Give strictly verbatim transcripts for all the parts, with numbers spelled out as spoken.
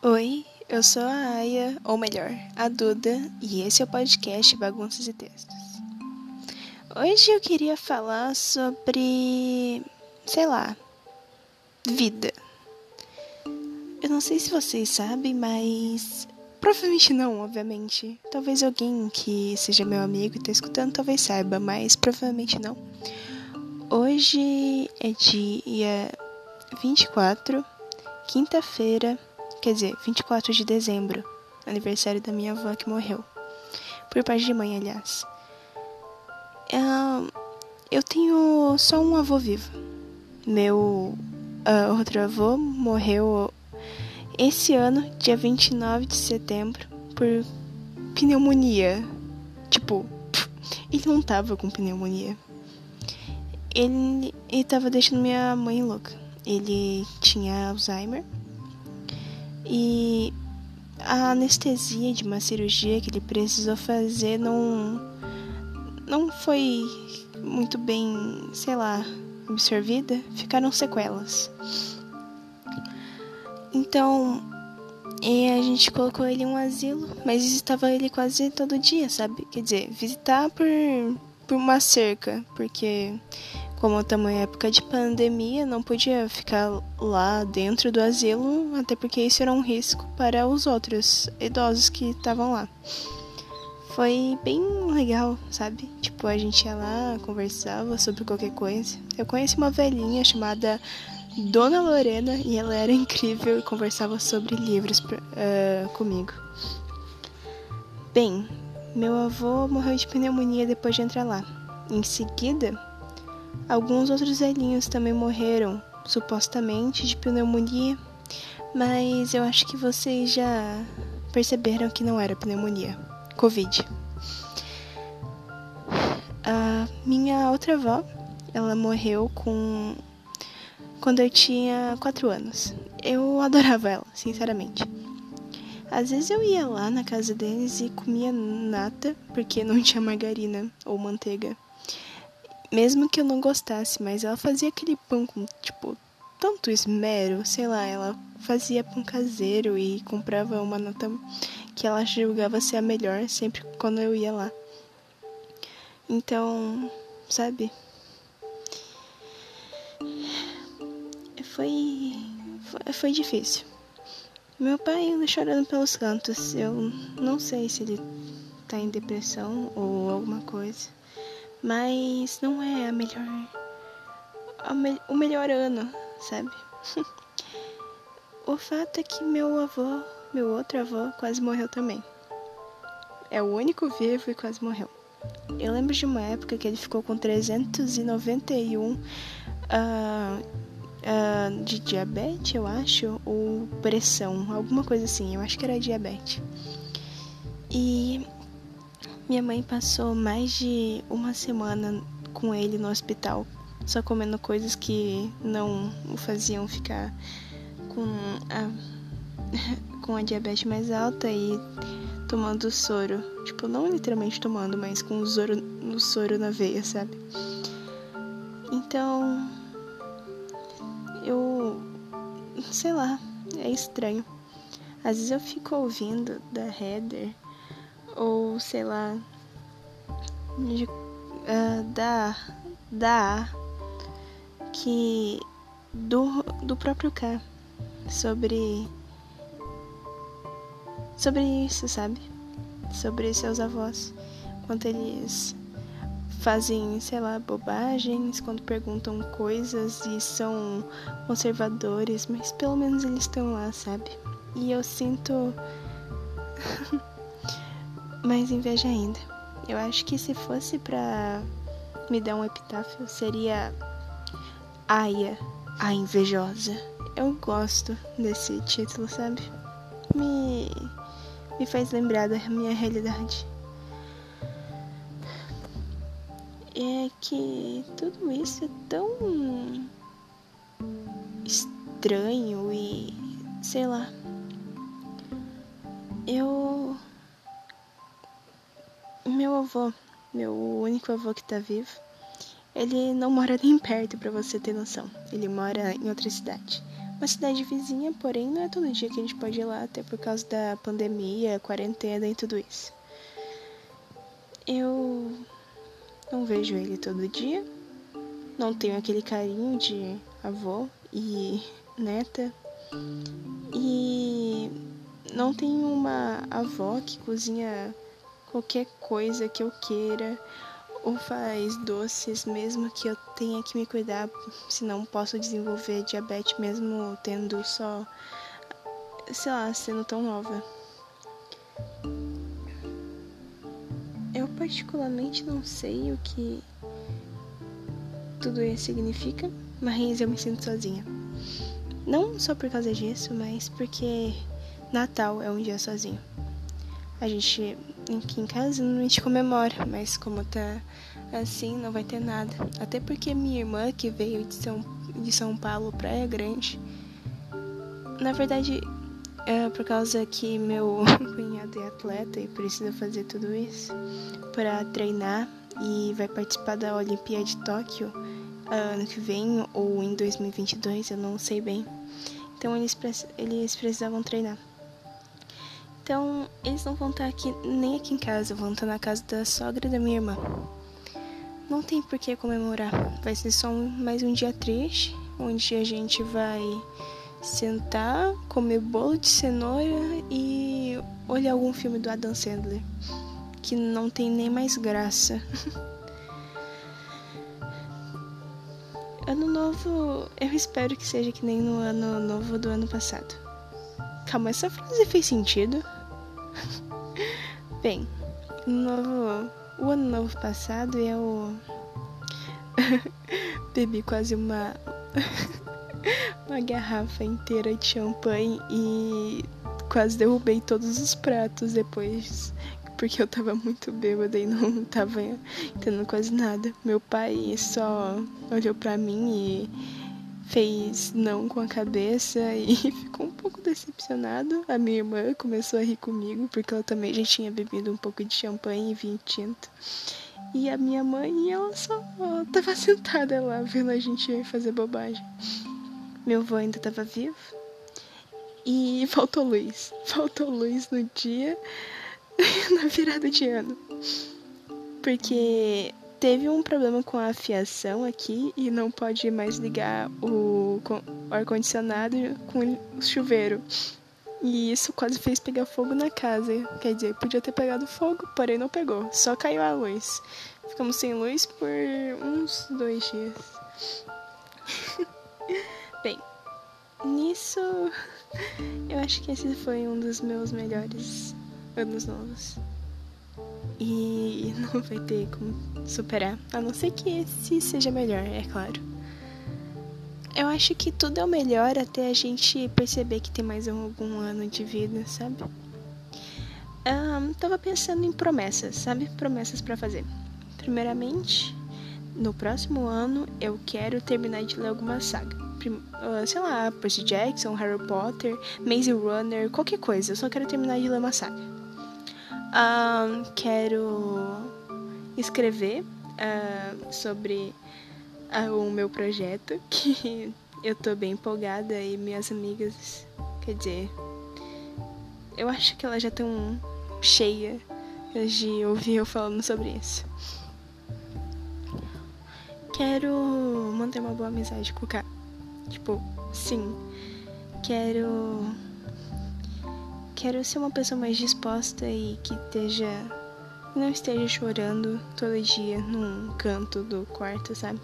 Oi, eu sou a Aya, ou melhor, a Duda, e esse é o podcast Bagunças e Textos. Hoje eu queria falar sobre, sei lá, vida. Eu não sei se vocês sabem, mas provavelmente não, obviamente. Talvez alguém que seja meu amigo e tá escutando talvez saiba, mas provavelmente não. Hoje é dia vinte e quatro, quinta-feira, quer dizer, vinte e quatro de dezembro, aniversário da minha avó que morreu. Por parte de mãe, aliás. Eu tenho só um avô vivo. Meu uh, outro avô morreu esse ano, dia vinte e nove de setembro, por pneumonia. Tipo, ele não tava com pneumonia. Ele, ele tava deixando minha mãe louca. Ele tinha Alzheimer. E a anestesia de uma cirurgia que ele precisou fazer não, não foi muito bem, sei lá, absorvida. Ficaram sequelas. Então, e a gente colocou ele em um asilo, mas visitava ele quase todo dia, sabe? Quer dizer, visitar por, por uma cerca, porque como estamos em época de pandemia, não podia ficar lá dentro do asilo, até porque isso era um risco para os outros idosos que estavam lá. Foi bem legal, sabe? Tipo, a gente ia lá, conversava sobre qualquer coisa. Eu conheci uma velhinha chamada Dona Lorena e ela era incrível e conversava sobre livros uh, comigo. Bem, meu avô morreu de pneumonia depois de entrar lá. Em seguida, alguns outros velhinhos também morreram, supostamente de pneumonia, mas eu acho que vocês já perceberam que não era pneumonia, Covid. A minha outra avó, ela morreu com quando eu tinha quatro anos. Eu adorava ela, sinceramente. Às vezes eu ia lá na casa deles e comia nata, porque não tinha margarina ou manteiga. Mesmo que eu não gostasse, mas ela fazia aquele pão com, tipo, tanto esmero, sei lá, ela fazia pão caseiro e comprava uma nata que ela julgava ser a melhor sempre quando eu ia lá. Então, sabe? Foi, foi, foi difícil. Meu pai anda chorando pelos cantos. Eu não sei se ele tá em depressão ou alguma coisa. Mas não é a melhor... A me, o melhor ano, sabe? O fato é que meu avô, meu outro avô, quase morreu também. É o único vivo e quase morreu. Eu lembro de uma época que ele ficou com trezentos e noventa e um... Uh, Uh, de diabetes, eu acho, ou pressão, alguma coisa assim, eu acho que era diabetes. E minha mãe passou mais de uma semana com ele no hospital, só comendo coisas que não o faziam ficar com a, com a diabetes mais alta e tomando soro. Tipo, não literalmente tomando, mas com o soro, o soro na veia, sabe? Então... eu, sei lá, é estranho. Às vezes eu fico ouvindo da Heather, ou sei lá, de, uh, da, da, que, do, do próprio K, sobre, sobre isso, sabe? Sobre seus avós, quanto eles fazem, sei lá, bobagens quando perguntam coisas e são conservadores, mas pelo menos eles estão lá, sabe? E eu sinto mais inveja ainda. Eu acho que se fosse pra me dar um epitáfio, seria Aya, a invejosa. Eu gosto desse título, sabe? Me, me faz lembrar da minha realidade. É que tudo isso é tão estranho e sei lá. Eu... Meu avô, meu único avô que tá vivo, ele não mora nem perto, pra você ter noção. Ele mora em outra cidade. uma cidade vizinha, porém não é todo dia que a gente pode ir lá, até por causa da pandemia, quarentena e tudo isso. Eu não vejo ele todo dia, não tenho aquele carinho de avó e neta, e não tenho uma avó que cozinha qualquer coisa que eu queira, ou faz doces mesmo que eu tenha que me cuidar, senão posso desenvolver diabetes mesmo tendo só, sei lá, sendo tão nova. Eu particularmente não sei o que tudo isso significa, mas eu me sinto sozinha. Não só por causa disso, mas porque Natal é um dia sozinho. A gente, aqui em casa, a gente comemora, mas como tá assim, não vai ter nada. Até porque minha irmã, que veio de São, de São Paulo, Praia Grande, na verdade, é por causa que meu cunhado é atleta e precisa fazer tudo isso para treinar e vai participar da Olimpíada de Tóquio ano que vem ou em dois mil e vinte e dois, eu não sei bem. Então eles, eles precisavam treinar. Então, eles não vão estar aqui, nem aqui em casa, vão estar na casa da sogra da minha irmã. Não tem por que comemorar, vai ser só um, mais um dia triste, onde a gente vai sentar, comer bolo de cenoura e olhar algum filme do Adam Sandler, que não tem nem mais graça. Ano novo, eu espero que seja que nem no ano novo do ano passado. Calma, essa frase fez sentido? Bem, novo, o ano novo passado eu bebi quase uma uma garrafa inteira de champanhe e quase derrubei todos os pratos depois, porque eu tava muito bêbada e não tava entendendo quase nada. Meu pai só olhou pra mim e fez não com a cabeça e ficou um pouco decepcionado. A minha irmã começou a rir comigo, porque ela também já tinha bebido um pouco de champanhe e vinho tinto. E a minha mãe, ela só tava sentada lá, vendo a gente fazer bobagem. Meu avô ainda tava vivo. E faltou luz. Faltou luz no dia, na virada de ano. Porque teve um problema com a fiação aqui e não pode mais ligar o ar-condicionado com o chuveiro. E isso quase fez pegar fogo na casa. Quer dizer, podia ter pegado fogo, porém não pegou. Só caiu a luz. Ficamos sem luz por uns dois dias. Bem, nisso eu acho que esse foi um dos meus melhores anos novos. E não vai ter como superar, a não ser que esse seja melhor, é claro. Eu acho que tudo é o melhor até a gente perceber que tem mais algum ano de vida, sabe? Um, tava pensando em promessas, sabe? Promessas pra fazer. Primeiramente, no próximo ano eu quero terminar de ler alguma saga. Uh, sei lá, Percy Jackson, Harry Potter, Maze Runner, qualquer coisa. Eu só quero terminar de ler uma saga. Um, quero escrever uh, sobre uh, o meu projeto, que eu tô bem empolgada e minhas amigas, quer dizer, eu acho que elas já estão cheias de ouvir eu falando sobre isso. Quero manter uma boa amizade com o cara. Tipo, sim, quero quero ser uma pessoa mais disposta e que esteja não esteja chorando todo dia num canto do quarto, sabe?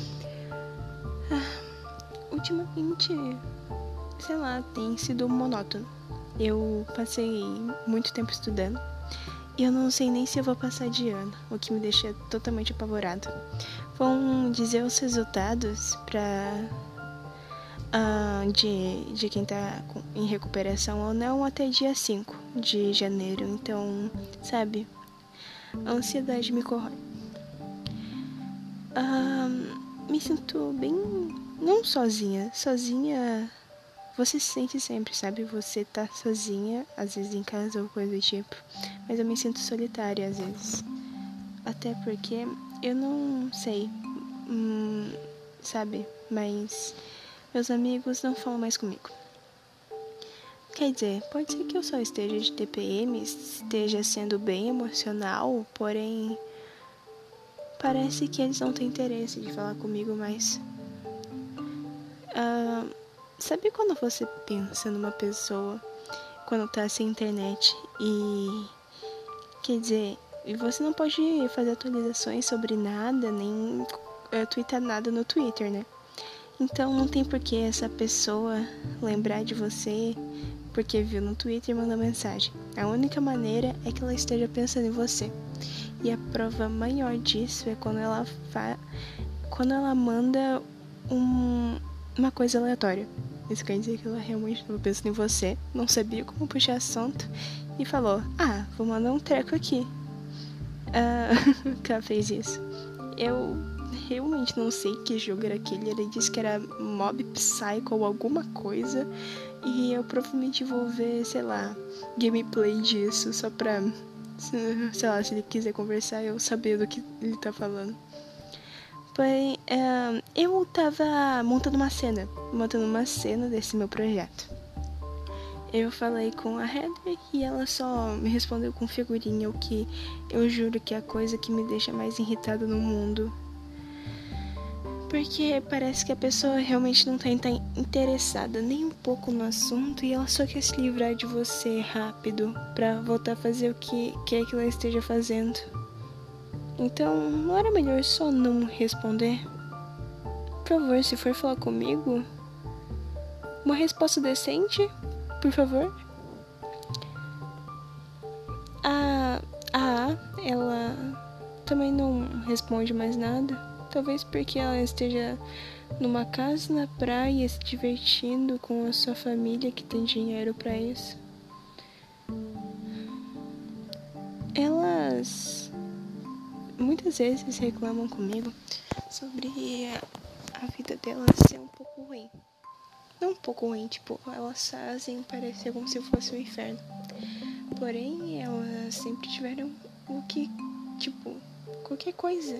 Ah, ultimamente, sei lá, tem sido monótono. Eu passei muito tempo estudando e eu não sei nem se eu vou passar de ano, o que me deixa totalmente apavorado. Vão dizer os resultados pra Uh, de, de quem tá em recuperação ou não até dia cinco de janeiro. Então, sabe, a ansiedade me corrói. Uh, me sinto bem, não sozinha. Sozinha, você se sente sempre, sabe? Você tá sozinha, às vezes em casa ou coisa do tipo. Mas eu me sinto solitária às vezes. Até porque eu não sei, hum, sabe, mas Meus amigos não falam mais comigo. Quer dizer, pode ser que eu só esteja de T P M, esteja sendo bem emocional, porém parece que eles não têm interesse de falar comigo mais. Ah, sabe quando você pensa numa pessoa quando tá sem internet e, quer dizer, e você não pode fazer atualizações sobre nada, nem uh, twittar nada no Twitter, né? Então não tem por que essa pessoa lembrar de você porque viu no Twitter e mandou mensagem. A única maneira é que ela esteja pensando em você. E a prova maior disso é quando ela fa... quando ela manda um... uma coisa aleatória. Isso quer dizer que ela realmente estava pensando em você, não sabia como puxar assunto e falou: ah, vou mandar um treco aqui. Uh, que ela fez isso. Eu realmente não sei que jogo era aquele. Ele disse que era Mob Psycho ou alguma coisa. E eu provavelmente vou ver, sei lá, gameplay disso só pra, sei lá, se ele quiser conversar, eu saber do que ele tá falando. Porém, é, eu tava montando uma cena, montando uma cena desse meu projeto. Eu falei com a Heather e ela só me respondeu com figurinha, o que eu juro que é a coisa que me deixa mais irritada no mundo. Porque parece que a pessoa realmente não tá interessada nem um pouco no assunto e ela só quer se livrar de você rápido pra voltar a fazer o que quer que ela esteja fazendo. Então, não era melhor só não responder? Por favor, se for falar comigo, uma resposta decente, por favor. A A, ela também não responde mais nada. Talvez porque ela esteja numa casa na praia se divertindo com a sua família que tem dinheiro pra isso. Elas muitas vezes reclamam comigo sobre a vida delas ser um pouco ruim. Não um pouco ruim, tipo, elas fazem parecer como se fosse um inferno. Porém, elas sempre tiveram o que, tipo, qualquer coisa.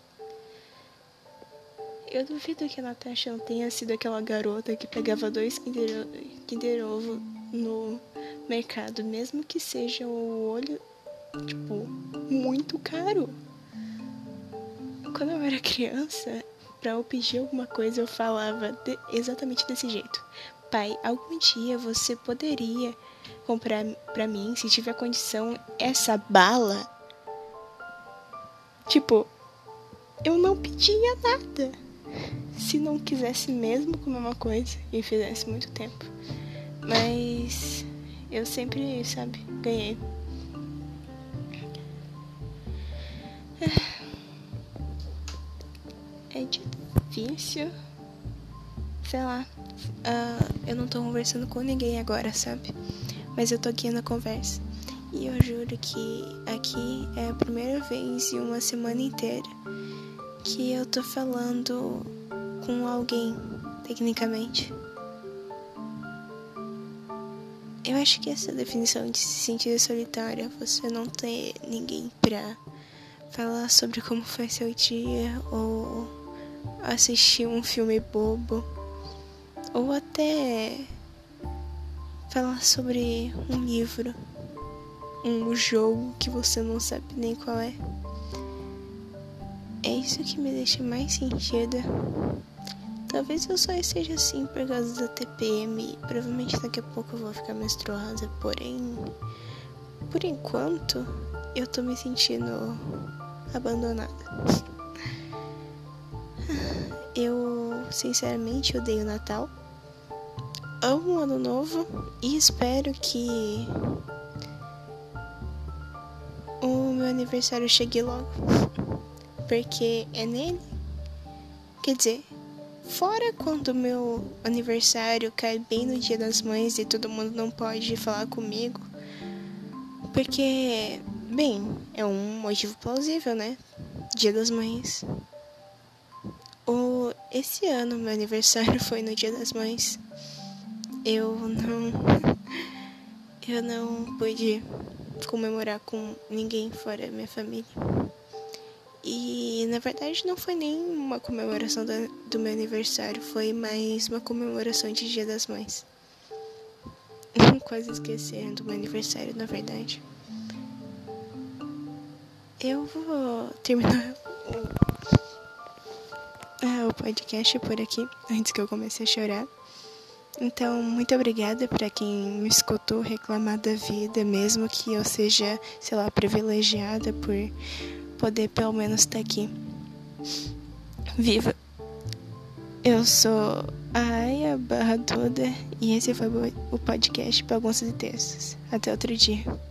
Eu duvido que a Natasha não tenha sido aquela garota que pegava dois Kinder, Kinder Ovo no mercado, mesmo que seja o olho, tipo, muito caro. Quando eu era criança, pra eu pedir alguma coisa, eu falava de, exatamente desse jeito. Pai, algum dia você poderia comprar pra mim, se tiver condição, essa bala? Tipo, eu não pedia nada. Se não quisesse mesmo comer uma coisa e fizesse muito tempo. Mas eu sempre, sabe, ganhei. É difícil. Sei lá. Uh, eu não tô conversando com ninguém agora, sabe? Mas eu tô aqui na conversa. E eu juro que aqui é a primeira vez em uma semana inteira que eu tô falando com alguém, tecnicamente. Eu acho que essa definição de se sentir solitária, você não ter ninguém pra falar sobre como foi seu dia, ou assistir um filme bobo, ou até falar sobre um livro, um jogo que você não sabe nem qual é. É isso que me deixa mais sentida. Talvez eu só esteja assim por causa da T P M. Provavelmente daqui a pouco eu vou ficar menstruada. Porém, por enquanto, eu tô me sentindo abandonada. Eu, sinceramente, odeio o Natal. Amo o Ano Novo. E espero que o meu aniversário chegue logo. Porque é nele. Quer dizer, fora quando meu aniversário cai bem no Dia das Mães e todo mundo não pode falar comigo. Porque, bem, é um motivo plausível, né? Dia das Mães. O, esse ano meu aniversário foi no Dia das Mães. Eu não... Eu não pude comemorar com ninguém fora minha família. E E na verdade não foi nem uma comemoração do, do meu aniversário, foi mais uma comemoração de Dia das Mães. Quase esquecendo do meu aniversário, na verdade. Eu vou terminar o, é, o podcast por aqui, antes que eu comece a chorar. Então, muito obrigada para quem me escutou reclamar da vida, mesmo que eu seja, sei lá, privilegiada por poder pelo menos estar aqui viva. Eu sou a Aya Barra Duda e esse foi o podcast Bagunças e Textos. Até outro dia.